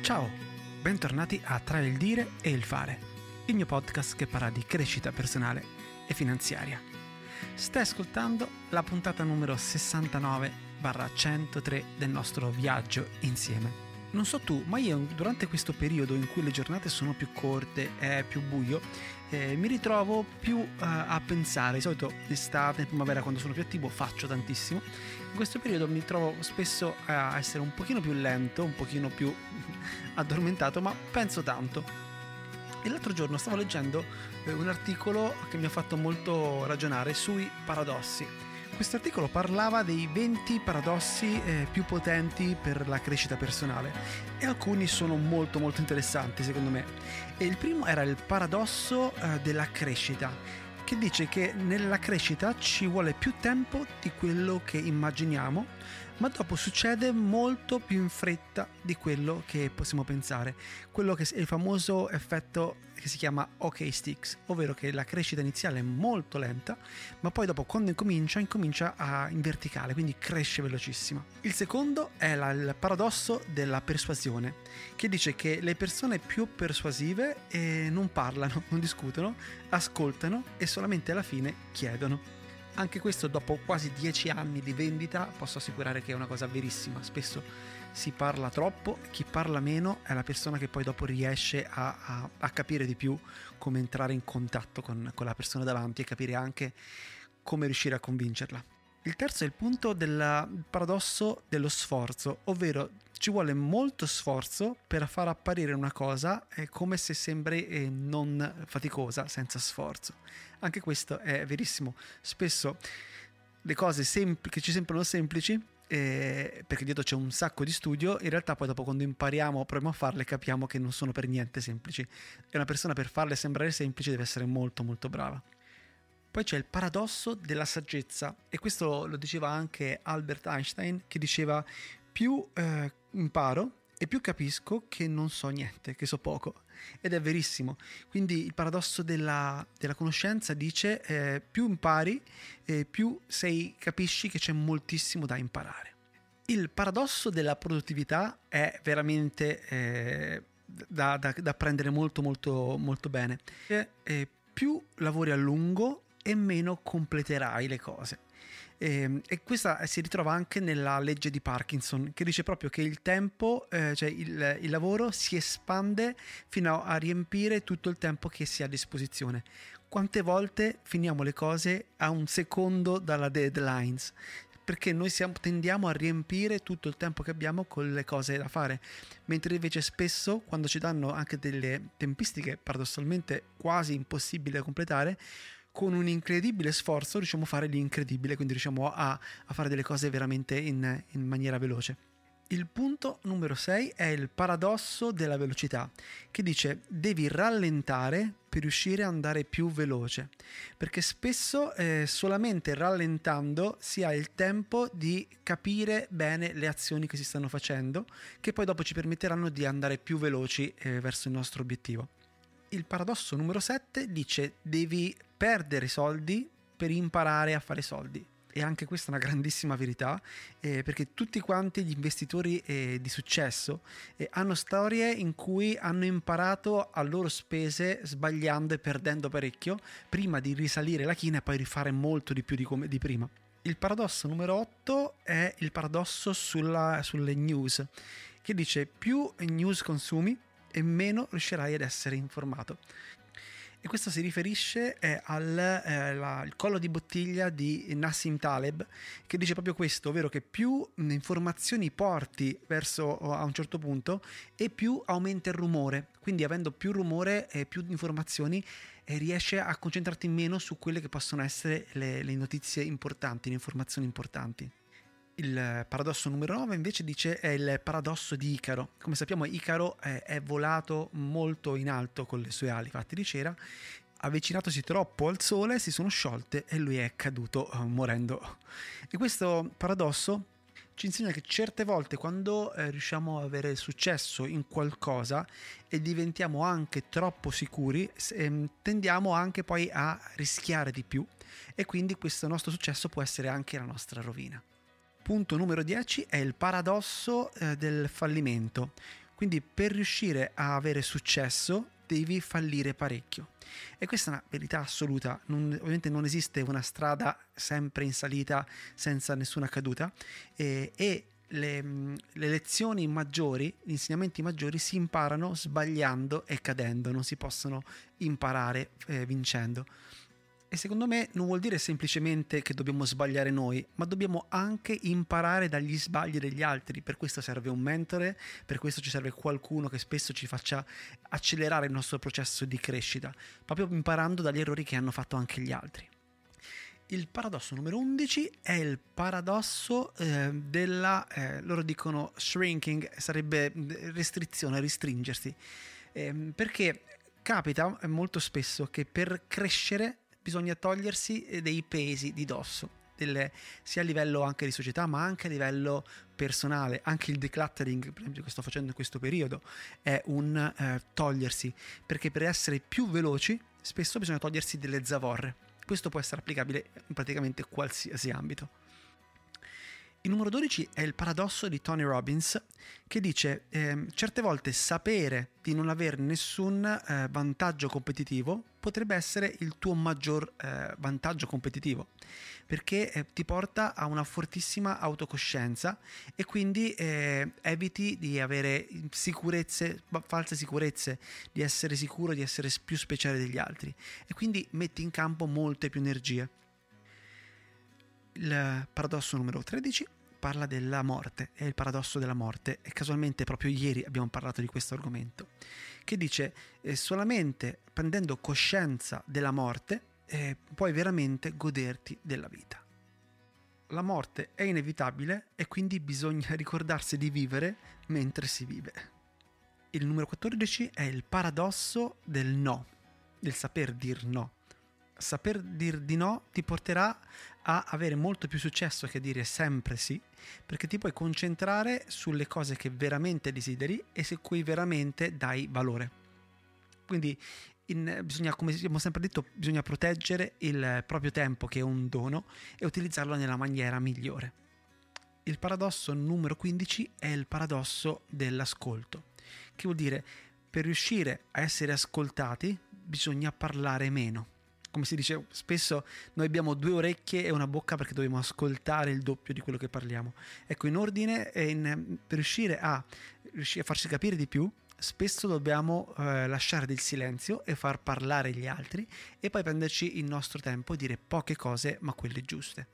Ciao, bentornati a Tra il dire e il fare, il mio podcast che parla di crescita personale e finanziaria. Stai ascoltando la puntata numero 69/103 del nostro viaggio insieme. Non so tu, ma io durante questo periodo in cui le giornate sono più corte, è più buio, mi ritrovo più a pensare. Di solito l'estate, in primavera, quando sono più attivo, faccio tantissimo. In questo periodo mi trovo spesso a essere un pochino più lento, un pochino più addormentato, ma penso tanto. E l'altro giorno stavo leggendo un articolo che mi ha fatto molto ragionare sui paradossi. Questo articolo parlava dei 20 paradossi più potenti per la crescita personale e alcuni sono molto molto interessanti secondo me. E il primo era il paradosso della crescita, che dice che nella crescita ci vuole più tempo di quello che immaginiamo, ma dopo succede molto più in fretta di quello che possiamo pensare. Quello che è il famoso effetto che si chiama hockey sticks, ovvero che la crescita iniziale è molto lenta, ma poi dopo quando incomincia in verticale, quindi cresce velocissima. Il secondo è il paradosso della persuasione, che dice che le persone più persuasive non parlano, non discutono, ascoltano e solamente alla fine chiedono. Anche questo, dopo quasi 10 anni di vendita, posso assicurare che è una cosa verissima. Spesso si parla troppo, chi parla meno è la persona che poi dopo riesce a capire di più come entrare in contatto con la persona davanti e capire anche come riuscire a convincerla. Il terzo è il punto del paradosso dello sforzo, ovvero ci vuole molto sforzo per far apparire una cosa come se sembri non faticosa, senza sforzo. Anche questo è verissimo. Spesso le cose che ci sembrano semplici, perché dietro c'è un sacco di studio, in realtà poi dopo quando impariamo, proviamo a farle, capiamo che non sono per niente semplici. E una persona per farle sembrare semplici deve essere molto molto brava. Poi c'è il paradosso della saggezza, e questo lo diceva anche Albert Einstein, che diceva: più imparo e più capisco che non so niente, che so poco. Ed è verissimo. Quindi il paradosso della conoscenza dice più impari, più capisci che c'è moltissimo da imparare. Il paradosso della produttività è veramente da prendere molto molto molto bene. Più lavori a lungo e meno completerai le cose. E questa si ritrova anche nella legge di Parkinson, che dice proprio che il tempo, cioè il lavoro si espande fino a riempire tutto il tempo che si ha a disposizione. Quante volte finiamo le cose a un secondo dalla deadlines? Perché noi tendiamo a riempire tutto il tempo che abbiamo con le cose da fare, mentre invece spesso, quando ci danno anche delle tempistiche paradossalmente quasi impossibili da completare, con un incredibile sforzo riusciamo a fare l'incredibile, quindi riusciamo a fare delle cose veramente in maniera veloce. Il punto numero 6 è il paradosso della velocità, che dice: devi rallentare per riuscire ad andare più veloce, perché spesso solamente rallentando si ha il tempo di capire bene le azioni che si stanno facendo, che poi dopo ci permetteranno di andare più veloci verso il nostro obiettivo. Il paradosso numero 7 dice: devi perdere soldi per imparare a fare soldi. E anche questa è una grandissima verità, perché tutti quanti gli investitori di successo hanno storie in cui hanno imparato a loro spese, sbagliando e perdendo parecchio, prima di risalire la china e poi rifare molto di più di prima. Il paradosso numero 8 è il paradosso sulle news, che dice: più news consumi e meno riuscirai ad essere informato. E questo si riferisce al collo di bottiglia di Nassim Taleb, che dice proprio questo, ovvero che più informazioni porti verso a un certo punto e più aumenta il rumore. Quindi avendo più rumore e più informazioni riesce a concentrarti meno su quelle che possono essere le notizie importanti, le informazioni importanti. Il paradosso numero 9 invece è il paradosso di Icaro. Come sappiamo, Icaro è volato molto in alto con le sue ali fatte di cera, avvicinatosi troppo al sole, si sono sciolte e lui è caduto morendo. E questo paradosso ci insegna che certe volte quando riusciamo ad avere successo in qualcosa e diventiamo anche troppo sicuri, tendiamo anche poi a rischiare di più, e quindi questo nostro successo può essere anche la nostra rovina. Punto numero 10 è il paradosso del fallimento. Quindi per riuscire a avere successo devi fallire parecchio. E questa è una verità assoluta. Ovviamente non esiste una strada sempre in salita senza nessuna caduta, e le lezioni maggiori, gli insegnamenti maggiori si imparano sbagliando e cadendo, non si possono imparare vincendo. E secondo me non vuol dire semplicemente che dobbiamo sbagliare noi, ma dobbiamo anche imparare dagli sbagli degli altri. Per questo serve un mentore, per questo ci serve qualcuno che spesso ci faccia accelerare il nostro processo di crescita, proprio imparando dagli errori che hanno fatto anche gli altri. Il paradosso numero 11 è il paradosso loro dicono shrinking, sarebbe restrizione, restringersi, perché capita molto spesso che per crescere bisogna togliersi dei pesi di dosso, sia a livello anche di società ma anche a livello personale. Anche il decluttering, per esempio, che sto facendo in questo periodo, è un togliersi, perché per essere più veloci spesso bisogna togliersi delle zavorre. Questo può essere applicabile in praticamente qualsiasi ambito. Il numero 12 è il paradosso di Tony Robbins, che dice certe volte sapere di non avere nessun vantaggio competitivo potrebbe essere il tuo maggior vantaggio competitivo, perché ti porta a una fortissima autocoscienza e quindi eviti di avere false sicurezze, di essere sicuro di essere più speciale degli altri, e quindi metti in campo molte più energie. Il paradosso numero 13 parla della morte, è il paradosso della morte, e casualmente proprio ieri abbiamo parlato di questo argomento, che dice solamente prendendo coscienza della morte puoi veramente goderti della vita. La morte è inevitabile e quindi bisogna ricordarsi di vivere mentre si vive. Il numero 14 è il paradosso del no, del saper dir no. Saper dir di no ti porterà a avere molto più successo che dire sempre sì, perché ti puoi concentrare sulle cose che veramente desideri e su cui veramente dai valore. Quindi bisogna, come abbiamo sempre detto, bisogna proteggere il proprio tempo, che è un dono, e utilizzarlo nella maniera migliore. Il paradosso numero 15 è il paradosso dell'ascolto, che vuol dire per riuscire a essere ascoltati bisogna parlare meno. Come si dice spesso, noi abbiamo 2 orecchie e una bocca perché dobbiamo ascoltare il doppio di quello che parliamo. Ecco, in ordine, per riuscire a farci capire di più, spesso dobbiamo lasciare del silenzio e far parlare gli altri, e poi prenderci il nostro tempo e dire poche cose ma quelle giuste.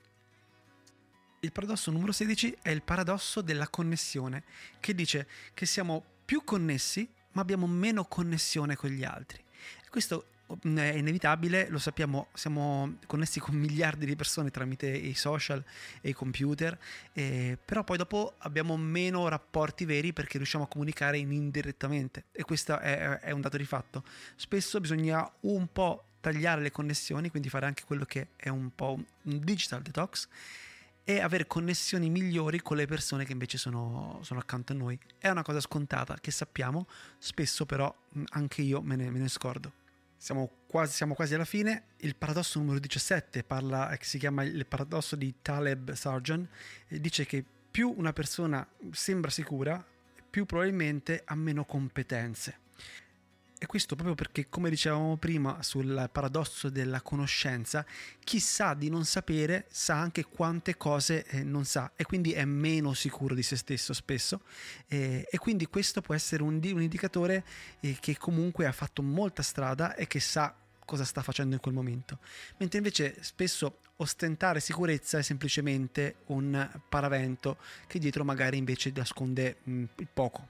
Il paradosso numero 16 è il paradosso della connessione, che dice che siamo più connessi ma abbiamo meno connessione con gli altri. Questo è inevitabile, lo sappiamo, siamo connessi con miliardi di persone tramite i social e i computer, però poi dopo abbiamo meno rapporti veri perché riusciamo a comunicare indirettamente, e questo è un dato di fatto. Spesso bisogna un po' tagliare le connessioni, quindi fare anche quello che è un po' un digital detox, e avere connessioni migliori con le persone che invece sono accanto a noi. È una cosa scontata che sappiamo, spesso però anche io me ne scordo. Siamo quasi alla fine. Il paradosso numero 17 si chiama il paradosso di Taleb Sarjan, e dice che più una persona sembra sicura, più probabilmente ha meno competenze. E questo proprio perché, come dicevamo prima sul paradosso della conoscenza, chi sa di non sapere sa anche quante cose non sa, e quindi è meno sicuro di se stesso spesso, e quindi questo può essere un indicatore che comunque ha fatto molta strada e che sa cosa sta facendo in quel momento, mentre invece spesso ostentare sicurezza è semplicemente un paravento che dietro magari invece nasconde poco.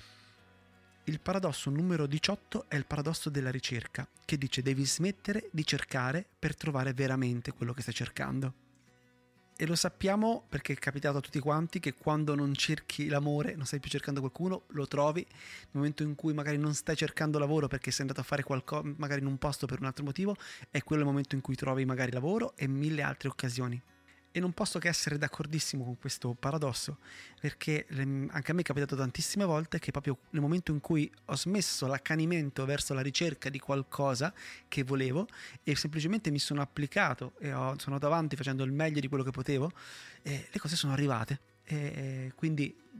Il paradosso numero 18 è il paradosso della ricerca, che dice devi smettere di cercare per trovare veramente quello che stai cercando. E lo sappiamo perché è capitato a tutti quanti che quando non cerchi l'amore, non stai più cercando qualcuno, lo trovi. Nel momento in cui magari non stai cercando lavoro perché sei andato a fare qualcosa magari in un posto per un altro motivo, è quello il momento in cui trovi magari lavoro e 1000 altre occasioni. E non posso che essere d'accordissimo con questo paradosso, perché anche a me è capitato tantissime volte che proprio nel momento in cui ho smesso l'accanimento verso la ricerca di qualcosa che volevo e semplicemente mi sono applicato e sono andato avanti facendo il meglio di quello che potevo, le cose sono arrivate. E quindi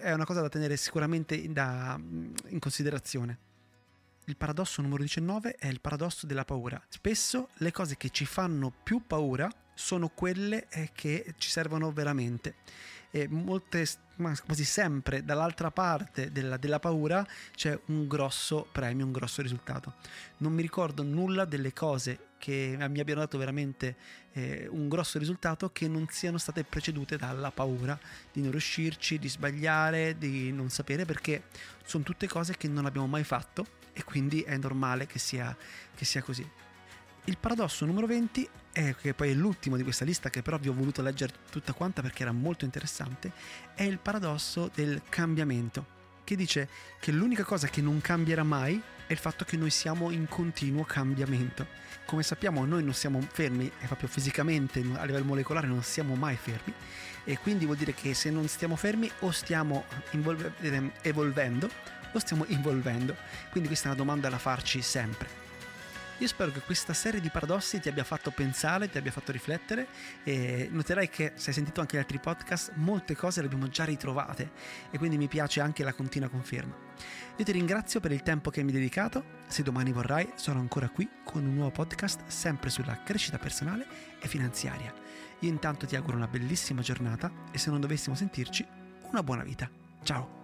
è una cosa da tenere sicuramente in considerazione. Il paradosso numero 19 è il paradosso della paura. Spesso le cose che ci fanno più paura sono quelle che ci servono veramente. E quasi sempre dall'altra parte della paura c'è un grosso premio, un grosso risultato. Non mi ricordo nulla delle cose che mi abbiano dato veramente un grosso risultato che non siano state precedute dalla paura di non riuscirci, di sbagliare, di non sapere, perché sono tutte cose che non abbiamo mai fatto e quindi è normale che sia così. Il paradosso numero 20 che poi è l'ultimo di questa lista, che però vi ho voluto leggere tutta quanta perché era molto interessante, è il paradosso del cambiamento, che dice che l'unica cosa che non cambierà mai è il fatto che noi siamo in continuo cambiamento. Come sappiamo, noi non siamo fermi, e proprio fisicamente a livello molecolare non siamo mai fermi, e quindi vuol dire che se non stiamo fermi o stiamo evolvendo o stiamo involvendo. Quindi questa è una domanda da farci sempre. Io spero che questa serie di paradossi ti abbia fatto pensare, ti abbia fatto riflettere, e noterai che, se hai sentito anche gli altri podcast, molte cose le abbiamo già ritrovate e quindi mi piace anche la continua conferma. Io ti ringrazio per il tempo che mi hai dedicato. Se domani vorrai, sono ancora qui con un nuovo podcast sempre sulla crescita personale e finanziaria. Io intanto ti auguro una bellissima giornata e, se non dovessimo sentirci, una buona vita. Ciao!